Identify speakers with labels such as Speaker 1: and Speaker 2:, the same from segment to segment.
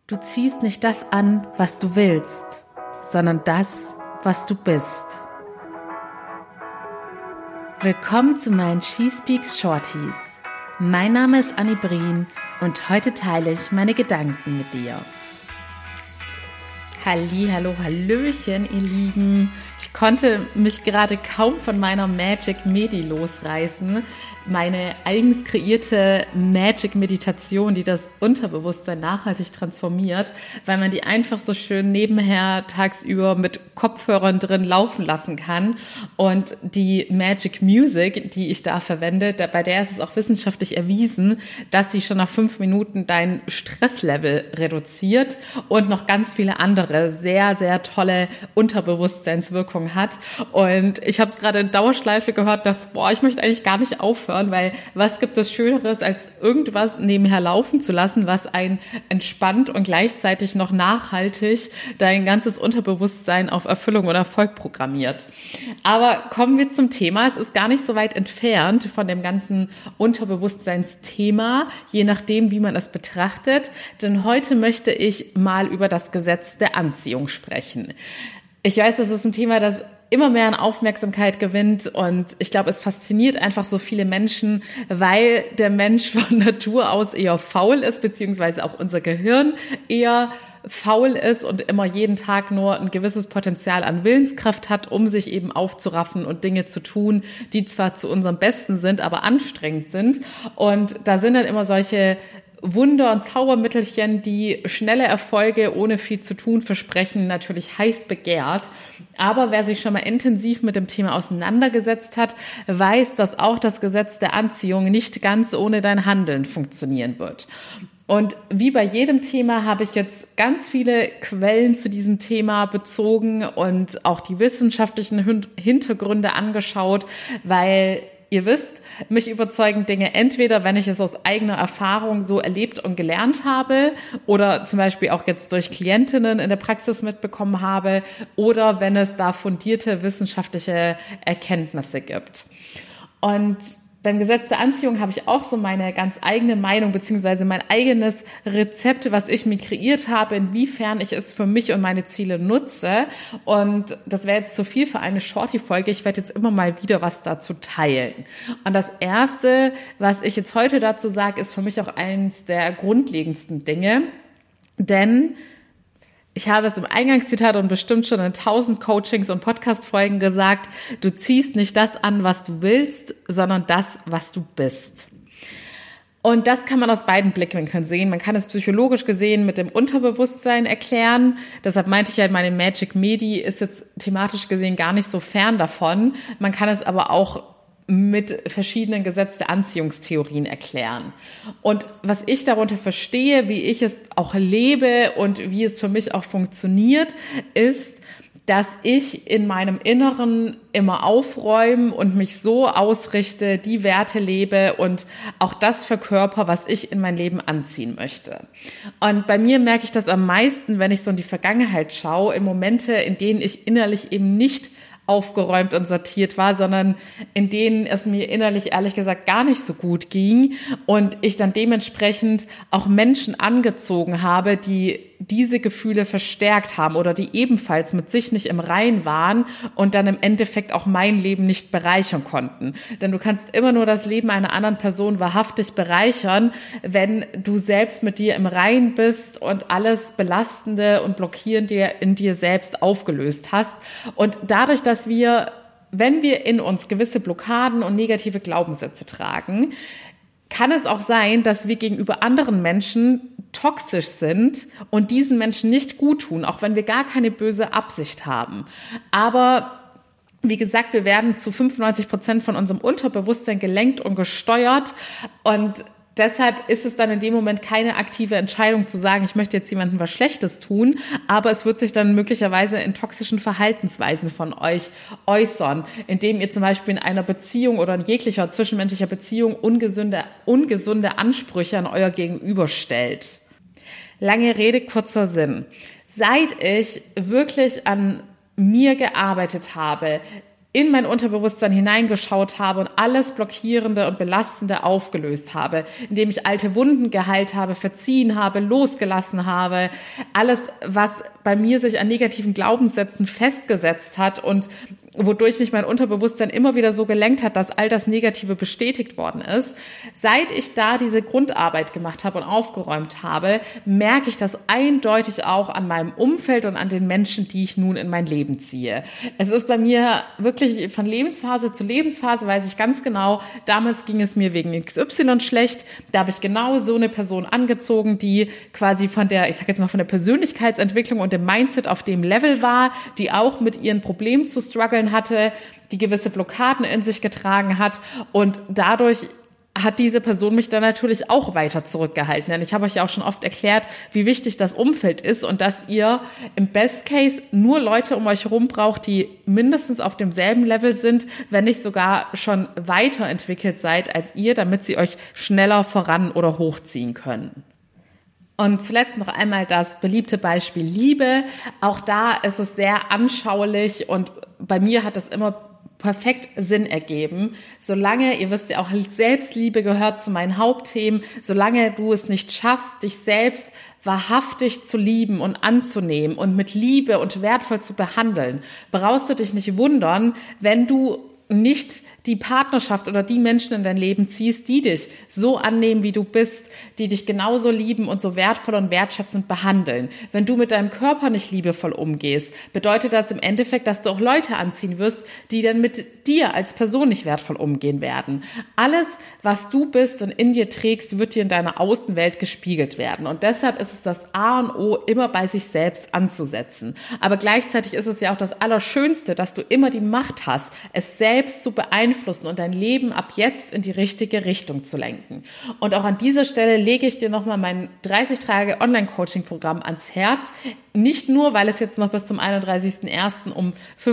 Speaker 1: Du ziehst nicht das an, was du willst, sondern das, was du bist. Willkommen zu meinen She Speaks Shorties. Mein Name ist Annie Brien und heute teile ich meine Gedanken mit dir. Hallihallo, hallöchen, ihr Lieben. Ich konnte mich gerade kaum von meiner Magic Medi losreißen. Meine eigens kreierte Magic Meditation, die das Unterbewusstsein nachhaltig transformiert, weil man die einfach so schön nebenher tagsüber mit Kopfhörern drin laufen lassen kann. Und die Magic Music, die ich da verwende, bei der ist es auch wissenschaftlich erwiesen, dass sie schon nach 5 Minuten dein Stresslevel reduziert und noch ganz viele andere sehr, sehr tolle Unterbewusstseinswirkungen hat. Und ich habe es gerade in Dauerschleife gehört und dachte, ich möchte eigentlich gar nicht aufhören, weil was gibt es Schöneres, als irgendwas nebenher laufen zu lassen, was einen entspannt und gleichzeitig noch nachhaltig dein ganzes Unterbewusstsein auf Erfüllung und Erfolg programmiert. Aber kommen wir zum Thema. Es ist gar nicht so weit entfernt von dem ganzen Unterbewusstseinsthema, je nachdem, wie man es betrachtet. Denn heute möchte ich mal über das Gesetz der Anziehung sprechen. Ich weiß, das ist ein Thema, das immer mehr an Aufmerksamkeit gewinnt und ich glaube, es fasziniert einfach so viele Menschen, weil der Mensch von Natur aus eher faul ist, beziehungsweise auch unser Gehirn eher faul ist und immer jeden Tag nur ein gewisses Potenzial an Willenskraft hat, um sich eben aufzuraffen und Dinge zu tun, die zwar zu unserem Besten sind, aber anstrengend sind. Und da sind dann immer solche Wunder- und Zaubermittelchen, die schnelle Erfolge ohne viel zu tun versprechen, natürlich heiß begehrt. Aber wer sich schon mal intensiv mit dem Thema auseinandergesetzt hat, weiß, dass auch das Gesetz der Anziehung nicht ganz ohne dein Handeln funktionieren wird. Und wie bei jedem Thema habe ich jetzt ganz viele Quellen zu diesem Thema bezogen und auch die wissenschaftlichen Hintergründe angeschaut, weil ihr wisst, mich überzeugen Dinge entweder, wenn ich es aus eigener Erfahrung so erlebt und gelernt habe oder zum Beispiel auch jetzt durch Klientinnen in der Praxis mitbekommen habe oder wenn es da fundierte wissenschaftliche Erkenntnisse gibt. Und beim Gesetz der Anziehung habe ich auch so meine ganz eigene Meinung beziehungsweise mein eigenes Rezept, was ich mir kreiert habe, inwiefern ich es für mich und meine Ziele nutze. Und das wäre jetzt zu viel für eine Shorty-Folge. Ich werde jetzt immer mal wieder was dazu teilen. Und das Erste, was ich jetzt heute dazu sage, ist für mich auch eines der grundlegendsten Dinge. Denn ich habe es im Eingangszitat und bestimmt schon in 1000 Coachings und Podcast-Folgen gesagt, du ziehst nicht das an, was du willst, sondern das, was du bist. Und das kann man aus beiden Blickwinkeln sehen. Man kann es psychologisch gesehen mit dem Unterbewusstsein erklären. Deshalb meinte ich ja, meine Magic Medi ist jetzt thematisch gesehen gar nicht so fern davon. Man kann es aber auch mit verschiedenen Gesetz der Anziehungstheorien erklären. Und was ich darunter verstehe, wie ich es auch lebe und wie es für mich auch funktioniert, ist, dass ich in meinem Inneren immer aufräume und mich so ausrichte, die Werte lebe und auch das verkörper, was ich in mein Leben anziehen möchte. Und bei mir merke ich das am meisten, wenn ich so in die Vergangenheit schaue, in Momente, in denen ich innerlich eben nicht aufgeräumt und sortiert war, sondern in denen es mir innerlich ehrlich gesagt gar nicht so gut ging und ich dann dementsprechend auch Menschen angezogen habe, die diese Gefühle verstärkt haben oder die ebenfalls mit sich nicht im Reinen waren und dann im Endeffekt auch mein Leben nicht bereichern konnten. Denn du kannst immer nur das Leben einer anderen Person wahrhaftig bereichern, wenn du selbst mit dir im Reinen bist und alles Belastende und Blockierende in dir selbst aufgelöst hast. Und dadurch, dass wenn wir in uns gewisse Blockaden und negative Glaubenssätze tragen, kann es auch sein, dass wir gegenüber anderen Menschen toxisch sind und diesen Menschen nicht gut tun, auch wenn wir gar keine böse Absicht haben. Aber wie gesagt, wir werden zu 95% von unserem Unterbewusstsein gelenkt und gesteuert und deshalb ist es dann in dem Moment keine aktive Entscheidung zu sagen, ich möchte jetzt jemandem was Schlechtes tun, aber es wird sich dann möglicherweise in toxischen Verhaltensweisen von euch äußern, indem ihr zum Beispiel in einer Beziehung oder in jeglicher zwischenmenschlicher Beziehung ungesunde Ansprüche an euer Gegenüber stellt. Lange Rede, kurzer Sinn. Seit ich wirklich an mir gearbeitet habe, in mein Unterbewusstsein hineingeschaut habe und alles Blockierende und Belastende aufgelöst habe, indem ich alte Wunden geheilt habe, verziehen habe, losgelassen habe, alles, was bei mir sich an negativen Glaubenssätzen festgesetzt hat und wodurch mich mein Unterbewusstsein immer wieder so gelenkt hat, dass all das Negative bestätigt worden ist. Seit ich da diese Grundarbeit gemacht habe und aufgeräumt habe, merke ich das eindeutig auch an meinem Umfeld und an den Menschen, die ich nun in mein Leben ziehe. Es ist bei mir wirklich von Lebensphase zu Lebensphase, weiß ich ganz genau, damals ging es mir wegen XY schlecht, da habe ich genau so eine Person angezogen, die quasi von der, ich sag jetzt mal von der Persönlichkeitsentwicklung und dem Mindset auf dem Level war, die auch mit ihren Problemen zu strugglen hatte, die gewisse Blockaden in sich getragen hat und dadurch hat diese Person mich dann natürlich auch weiter zurückgehalten. Denn ich habe euch ja auch schon oft erklärt, wie wichtig das Umfeld ist und dass ihr im Best Case nur Leute um euch herum braucht, die mindestens auf demselben Level sind, wenn nicht sogar schon weiterentwickelt seid als ihr, damit sie euch schneller voran oder hochziehen können. Und zuletzt noch einmal das beliebte Beispiel Liebe. Auch da ist es sehr anschaulich und bei mir hat es immer perfekt Sinn ergeben. Solange, ihr wisst ja auch, Selbstliebe gehört zu meinen Hauptthemen, solange du es nicht schaffst, dich selbst wahrhaftig zu lieben und anzunehmen und mit Liebe und wertvoll zu behandeln, brauchst du dich nicht wundern, wenn du nicht die Partnerschaft oder die Menschen in dein Leben ziehst, die dich so annehmen, wie du bist, die dich genauso lieben und so wertvoll und wertschätzend behandeln. Wenn du mit deinem Körper nicht liebevoll umgehst, bedeutet das im Endeffekt, dass du auch Leute anziehen wirst, die dann mit dir als Person nicht wertvoll umgehen werden. Alles, was du bist und in dir trägst, wird dir in deiner Außenwelt gespiegelt werden. Und deshalb ist es das A und O, immer bei sich selbst anzusetzen. Aber gleichzeitig ist es ja auch das Allerschönste, dass du immer die Macht hast, es selbst zu beeinflussen und dein Leben ab jetzt in die richtige Richtung zu lenken. Und auch an dieser Stelle lege ich dir nochmal mein 30 Tage Online-Coaching-Programm ans Herz. Nicht nur, weil es jetzt noch bis zum 31.01. um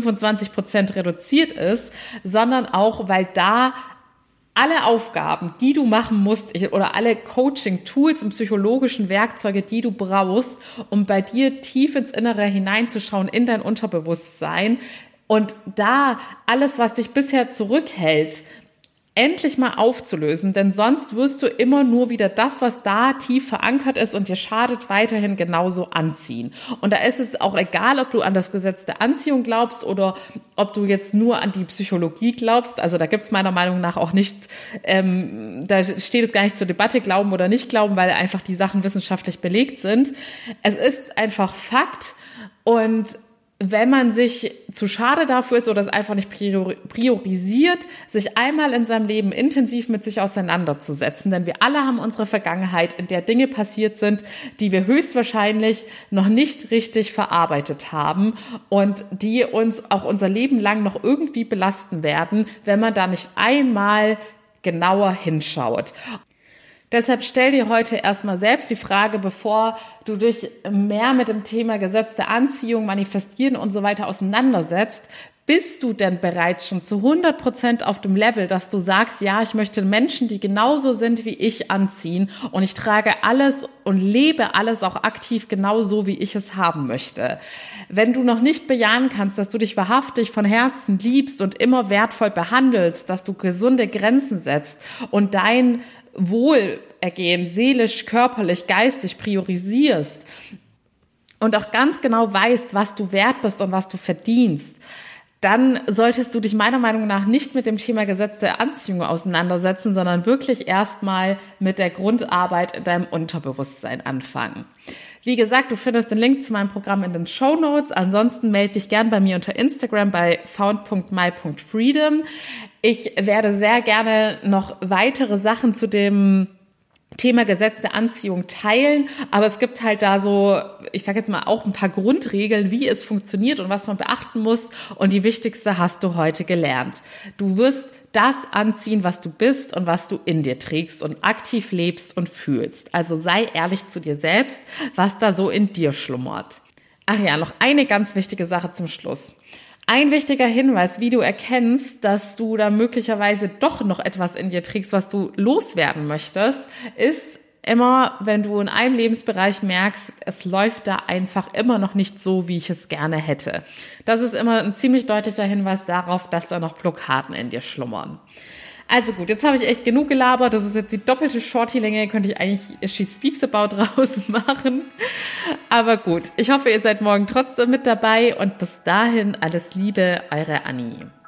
Speaker 1: 25% reduziert ist, sondern auch, weil da alle Aufgaben, die du machen musst oder alle Coaching-Tools und psychologischen Werkzeuge, die du brauchst, um bei dir tief ins Innere hineinzuschauen, in dein Unterbewusstsein, und da alles, was dich bisher zurückhält, endlich mal aufzulösen, denn sonst wirst du immer nur wieder das, was da tief verankert ist und dir schadet, weiterhin genauso anziehen. Und da ist es auch egal, ob du an das Gesetz der Anziehung glaubst oder ob du jetzt nur an die Psychologie glaubst. Also da gibt's meiner Meinung nach auch nicht, da steht es gar nicht zur Debatte, glauben oder nicht glauben, weil einfach die Sachen wissenschaftlich belegt sind. Es ist einfach Fakt und wenn man sich zu schade dafür ist oder es einfach nicht priorisiert, sich einmal in seinem Leben intensiv mit sich auseinanderzusetzen, denn wir alle haben unsere Vergangenheit, in der Dinge passiert sind, die wir höchstwahrscheinlich noch nicht richtig verarbeitet haben und die uns auch unser Leben lang noch irgendwie belasten werden, wenn man da nicht einmal genauer hinschaut. Deshalb stell dir heute erstmal selbst die Frage, bevor du dich mehr mit dem Thema Gesetz der Anziehung, Manifestieren und so weiter auseinandersetzt, bist du denn bereits schon zu 100% auf dem Level, dass du sagst, ja, ich möchte Menschen, die genauso sind wie ich, anziehen und ich trage alles und lebe alles auch aktiv genauso, wie ich es haben möchte. Wenn du noch nicht bejahen kannst, dass du dich wahrhaftig von Herzen liebst und immer wertvoll behandelst, dass du gesunde Grenzen setzt und dein Wohlergehen, seelisch, körperlich, geistig priorisierst und auch ganz genau weißt, was du wert bist und was du verdienst, dann solltest du dich meiner Meinung nach nicht mit dem Thema Gesetz der Anziehung auseinandersetzen, sondern wirklich erstmal mit der Grundarbeit in deinem Unterbewusstsein anfangen. Wie gesagt, du findest den Link zu meinem Programm in den Shownotes. Ansonsten melde dich gern bei mir unter Instagram bei found.my.freedom. Ich werde sehr gerne noch weitere Sachen zu dem Thema Gesetz der Anziehung teilen, aber es gibt halt da so, ich sage jetzt mal auch ein paar Grundregeln, wie es funktioniert und was man beachten muss und die wichtigste hast du heute gelernt. Du wirst das anziehen, was du bist und was du in dir trägst und aktiv lebst und fühlst. Also sei ehrlich zu dir selbst, was da so in dir schlummert. Ach ja, noch eine ganz wichtige Sache zum Schluss. Ein wichtiger Hinweis, wie du erkennst, dass du da möglicherweise doch noch etwas in dir trägst, was du loswerden möchtest, ist immer, wenn du in einem Lebensbereich merkst, es läuft da einfach immer noch nicht so, wie ich es gerne hätte. Das ist immer ein ziemlich deutlicher Hinweis darauf, dass da noch Blockaden in dir schlummern. Also gut, jetzt habe ich echt genug gelabert. Das ist jetzt die doppelte Shorty-Länge. Könnte ich eigentlich She Speaks About rausmachen. Aber gut, ich hoffe, ihr seid morgen trotzdem mit dabei. Und bis dahin alles Liebe, eure Anni.